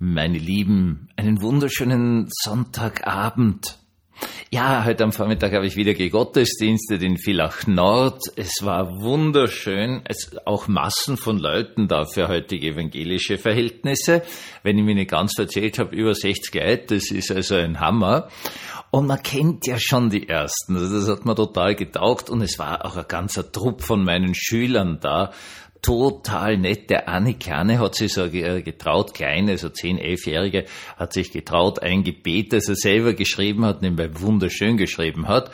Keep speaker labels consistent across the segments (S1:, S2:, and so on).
S1: Meine Lieben, einen wunderschönen Sonntagabend. Ja, heute am Vormittag habe ich wieder gegottesdienstet in Villach Nord. Es war wunderschön, auch Massen von Leuten da für heutige evangelische Verhältnisse. Wenn ich mich nicht ganz verzählt habe, über 60 Leute, das ist also ein Hammer. Und man kennt ja schon die Ersten, also das hat mir total getaugt und es war auch ein ganzer Trupp von meinen Schülern da. Total nett. Der Anne Kleine hat sich so getraut, Kleine, so 10-, 11-Jährige, hat sich getraut, ein Gebet, das er selber geschrieben hat, nebenbei wunderschön geschrieben hat,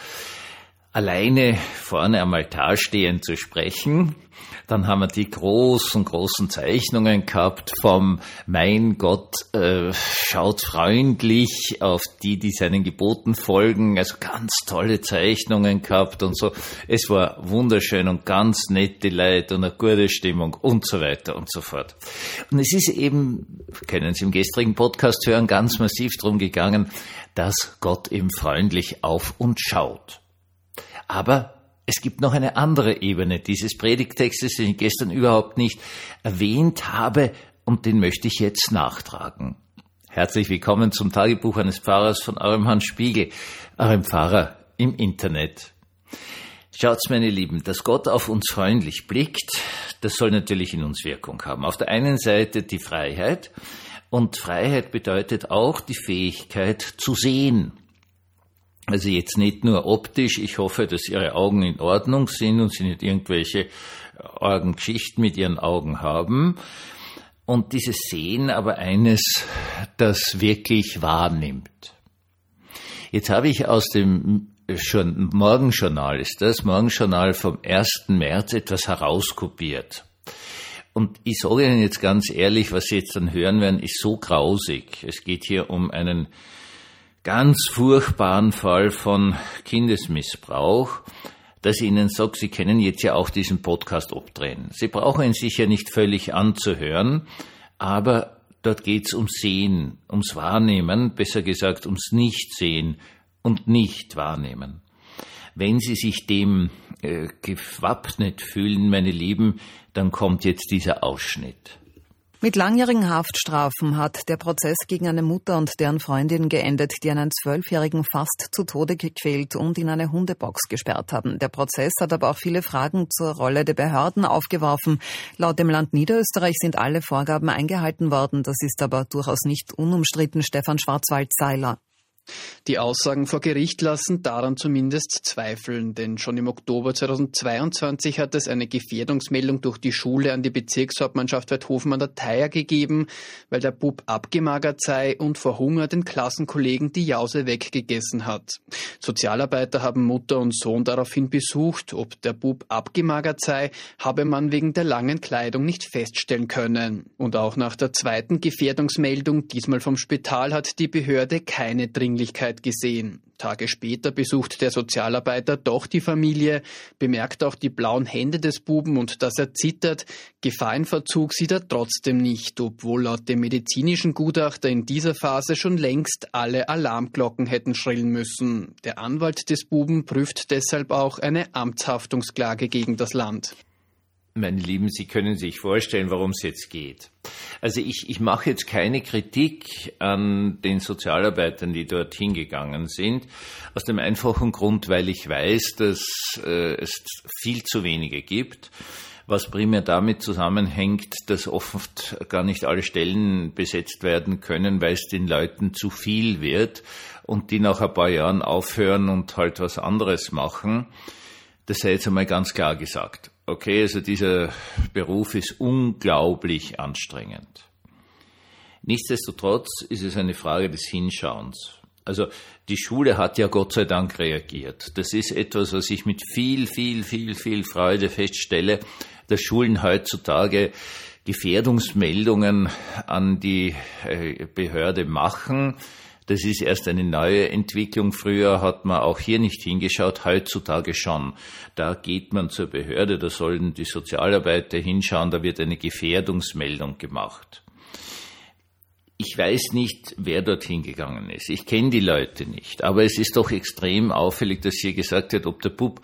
S1: alleine vorne am Altar stehend zu sprechen. Dann haben wir die großen Zeichnungen gehabt vom Mein Gott schaut freundlich auf die seinen Geboten folgen. Also ganz tolle Zeichnungen gehabt und so. Es war wunderschön und ganz nette Leute und eine gute Stimmung und so weiter und so fort. Und es ist eben, können Sie im gestrigen Podcast hören, ganz massiv drum gegangen, dass Gott eben freundlich auf uns schaut. Aber es gibt noch eine andere Ebene dieses Predigttextes, den ich gestern überhaupt nicht erwähnt habe und den möchte ich jetzt nachtragen. Herzlich willkommen zum Tagebuch eines Pfarrers von eurem Hans Spiegel, eurem Pfarrer im Internet. Schaut's, meine Lieben, dass Gott auf uns freundlich blickt, das soll natürlich in uns Wirkung haben. Auf der einen Seite die Freiheit und Freiheit bedeutet auch die Fähigkeit zu sehen. Also jetzt nicht nur optisch, ich hoffe, dass Ihre Augen in Ordnung sind und Sie nicht irgendwelche argen Geschichten mit Ihren Augen haben. Und dieses Sehen aber eines, das wirklich wahrnimmt. Jetzt habe ich aus dem Morgenjournal, ist das Morgenjournal vom 1. März etwas herauskopiert. Und ich sage Ihnen jetzt ganz ehrlich, was Sie jetzt dann hören werden, ist so grausig. Es geht hier um einen ganz furchtbaren Fall von Kindesmissbrauch, dass ich Ihnen sage, Sie können jetzt ja auch diesen Podcast abdrehen. Sie brauchen ihn sicher nicht völlig anzuhören, aber dort geht's ums Sehen, ums Wahrnehmen, besser gesagt ums Nichtsehen und Nicht-Wahrnehmen. Wenn Sie sich dem gewappnet fühlen, meine Lieben, dann kommt jetzt dieser Ausschnitt.
S2: Mit langjährigen Haftstrafen hat der Prozess gegen eine Mutter und deren Freundin geendet, die einen 12-Jährigen fast zu Tode gequält und in eine Hundebox gesperrt haben. Der Prozess hat aber auch viele Fragen zur Rolle der Behörden aufgeworfen. Laut dem Land Niederösterreich sind alle Vorgaben eingehalten worden. Das ist aber durchaus nicht unumstritten. Stefan Schwarzwald-Seiler.
S3: Die Aussagen vor Gericht lassen daran zumindest zweifeln, denn schon im Oktober 2022 hat es eine Gefährdungsmeldung durch die Schule an die Bezirkshauptmannschaft Weidhofen an der Theier gegeben, weil der Bub abgemagert sei und vor Hunger den Klassenkollegen die Jause weggegessen hat. Sozialarbeiter haben Mutter und Sohn daraufhin besucht. Ob der Bub abgemagert sei, habe man wegen der langen Kleidung nicht feststellen können. Und auch nach der zweiten Gefährdungsmeldung, diesmal vom Spital, hat die Behörde keine Dringlichkeit gesehen. Tage später besucht der Sozialarbeiter doch die Familie, bemerkt auch die blauen Hände des Buben und dass er zittert. Gefahrenverzug sieht er trotzdem nicht, obwohl laut dem medizinischen Gutachter in dieser Phase schon längst alle Alarmglocken hätten schrillen müssen. Der Anwalt des Buben prüft deshalb auch eine Amtshaftungsklage gegen das Land.
S1: Meine Lieben, Sie können sich vorstellen, worum es jetzt geht. Also ich mache jetzt keine Kritik an den Sozialarbeitern, die dort hingegangen sind, aus dem einfachen Grund, weil ich weiß, dass es viel zu wenige gibt, was primär damit zusammenhängt, dass oft gar nicht alle Stellen besetzt werden können, weil es den Leuten zu viel wird und die nach ein paar Jahren aufhören und halt was anderes machen. Das sei jetzt einmal ganz klar gesagt. Okay, also dieser Beruf ist unglaublich anstrengend. Nichtsdestotrotz ist es eine Frage des Hinschauens. Also die Schule hat ja Gott sei Dank reagiert. Das ist etwas, was ich mit viel Freude feststelle, dass Schulen heutzutage Gefährdungsmeldungen an die Behörde machen. Das ist erst eine neue Entwicklung. Früher hat man auch hier nicht hingeschaut, heutzutage schon. Da geht man zur Behörde, da sollen die Sozialarbeiter hinschauen, da wird eine Gefährdungsmeldung gemacht. Ich weiß nicht, wer dort hingegangen ist. Ich kenne die Leute nicht. Aber es ist doch extrem auffällig, dass hier gesagt wird, ob der Bub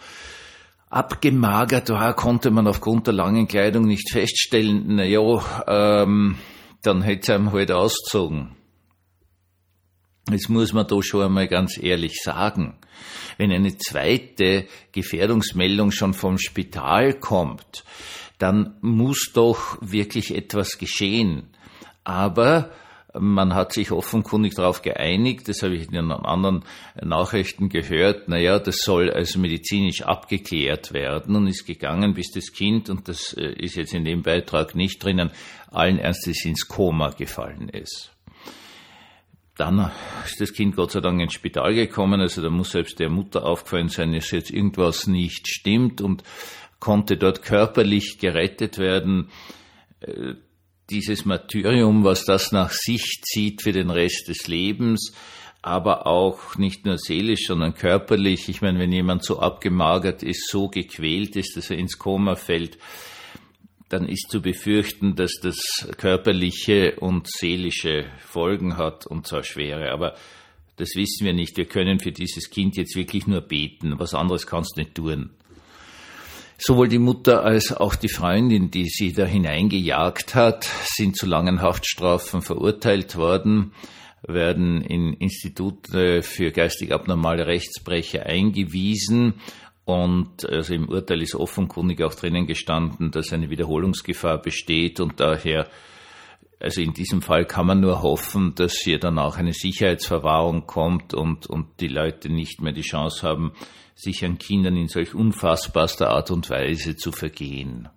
S1: abgemagert war, konnte man aufgrund der langen Kleidung nicht feststellen. dann hätte es einem halt ausgezogen. Das muss man da schon einmal ganz ehrlich sagen. Wenn eine zweite Gefährdungsmeldung schon vom Spital kommt, dann muss doch wirklich etwas geschehen. Aber man hat sich offenkundig darauf geeinigt, das habe ich in den anderen Nachrichten gehört, das soll also medizinisch abgeklärt werden und ist gegangen, bis das Kind, und das ist jetzt in dem Beitrag nicht drinnen, allen Ernstes ins Koma gefallen ist. Dann ist das Kind Gott sei Dank ins Spital gekommen, also da muss selbst der Mutter aufgefallen sein, dass jetzt irgendwas nicht stimmt und konnte dort körperlich gerettet werden. Dieses Martyrium, was das nach sich zieht für den Rest des Lebens, aber auch nicht nur seelisch, sondern körperlich. Ich meine, wenn jemand so abgemagert ist, so gequält ist, dass er ins Koma fällt, dann ist zu befürchten, dass das körperliche und seelische Folgen hat, und zwar schwere. Aber das wissen wir nicht. Wir können für dieses Kind jetzt wirklich nur beten. Was anderes kannst du nicht tun. Sowohl die Mutter als auch die Freundin, die sie da hineingejagt hat, sind zu langen Haftstrafen verurteilt worden, werden in Institute für geistig abnormale Rechtsbrecher eingewiesen. Und also im Urteil ist offenkundig auch drinnen gestanden, dass eine Wiederholungsgefahr besteht, und daher, also in diesem Fall kann man nur hoffen, dass hier dann auch eine Sicherheitsverwahrung kommt und die Leute nicht mehr die Chance haben, sich an Kindern in solch unfassbarster Art und Weise zu vergehen.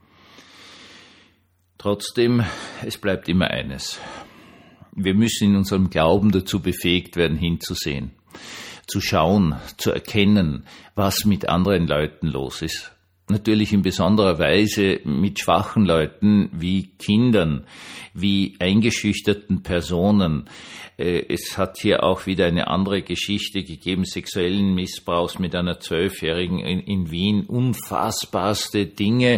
S1: Trotzdem, es bleibt immer eines. Wir müssen in unserem Glauben dazu befähigt werden, hinzusehen, zu schauen, zu erkennen, was mit anderen Leuten los ist. Natürlich in besonderer Weise mit schwachen Leuten wie Kindern, wie eingeschüchterten Personen. Es hat hier auch wieder eine andere Geschichte gegeben, sexuellen Missbrauchs mit einer 12-Jährigen in Wien, unfassbarste Dinge.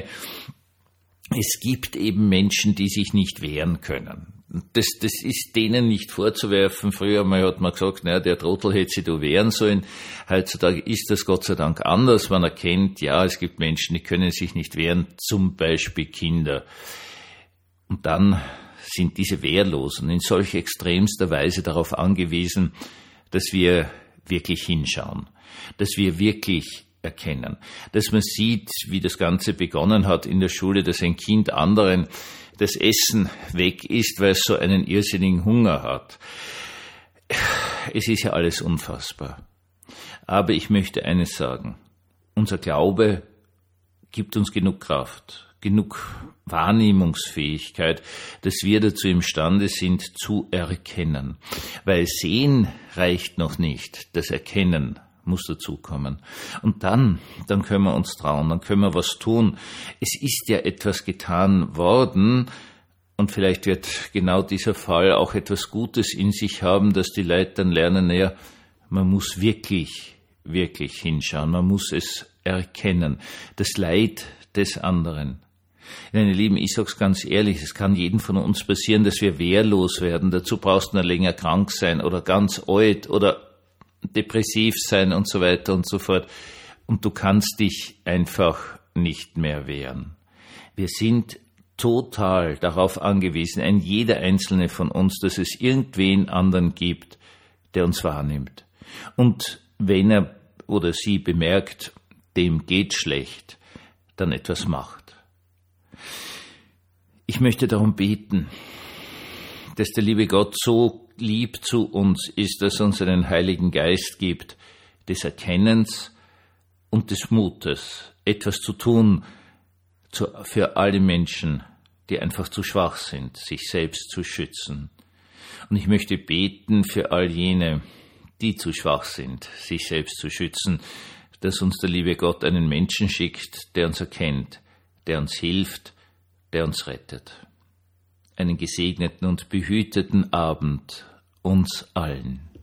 S1: Es gibt eben Menschen, die sich nicht wehren können. Das ist denen nicht vorzuwerfen. Früher mal hat man gesagt, der Trottel hätte sich da wehren sollen. Heutzutage ist das Gott sei Dank anders. Man erkennt, ja, es gibt Menschen, die können sich nicht wehren, zum Beispiel Kinder. Und dann sind diese Wehrlosen in solch extremster Weise darauf angewiesen, dass wir wirklich hinschauen, dass wir wirklich erkennen, dass man sieht, wie das Ganze begonnen hat in der Schule, dass ein Kind anderen das Essen weg ist, weil es so einen irrsinnigen Hunger hat. Es ist ja alles unfassbar. Aber ich möchte eines sagen. Unser Glaube gibt uns genug Kraft, genug Wahrnehmungsfähigkeit, dass wir dazu imstande sind, zu erkennen. Weil Sehen reicht noch nicht, das Erkennen muss dazukommen. Und dann können wir uns trauen, dann können wir was tun. Es ist ja etwas getan worden, und vielleicht wird genau dieser Fall auch etwas Gutes in sich haben, dass die Leute dann lernen, man muss wirklich, wirklich hinschauen, man muss es erkennen, das Leid des anderen. Meine Lieben, ich sag's ganz ehrlich, es kann jedem von uns passieren, dass wir wehrlos werden. Dazu brauchst du noch länger krank sein oder ganz alt oder depressiv sein und so weiter und so fort. Und du kannst dich einfach nicht mehr wehren. Wir sind total darauf angewiesen, ein jeder einzelne von uns, dass es irgendwen anderen gibt, der uns wahrnimmt. Und wenn er oder sie bemerkt, dem geht schlecht, dann etwas macht. Ich möchte darum beten, dass der liebe Gott so lieb zu uns ist, dass er uns einen Heiligen Geist gibt, des Erkennens und des Mutes, etwas zu tun für alle Menschen, die einfach zu schwach sind, sich selbst zu schützen. Und ich möchte beten für all jene, die zu schwach sind, sich selbst zu schützen, dass uns der liebe Gott einen Menschen schickt, der uns erkennt, der uns hilft, der uns rettet. Einen gesegneten und behüteten Abend uns allen.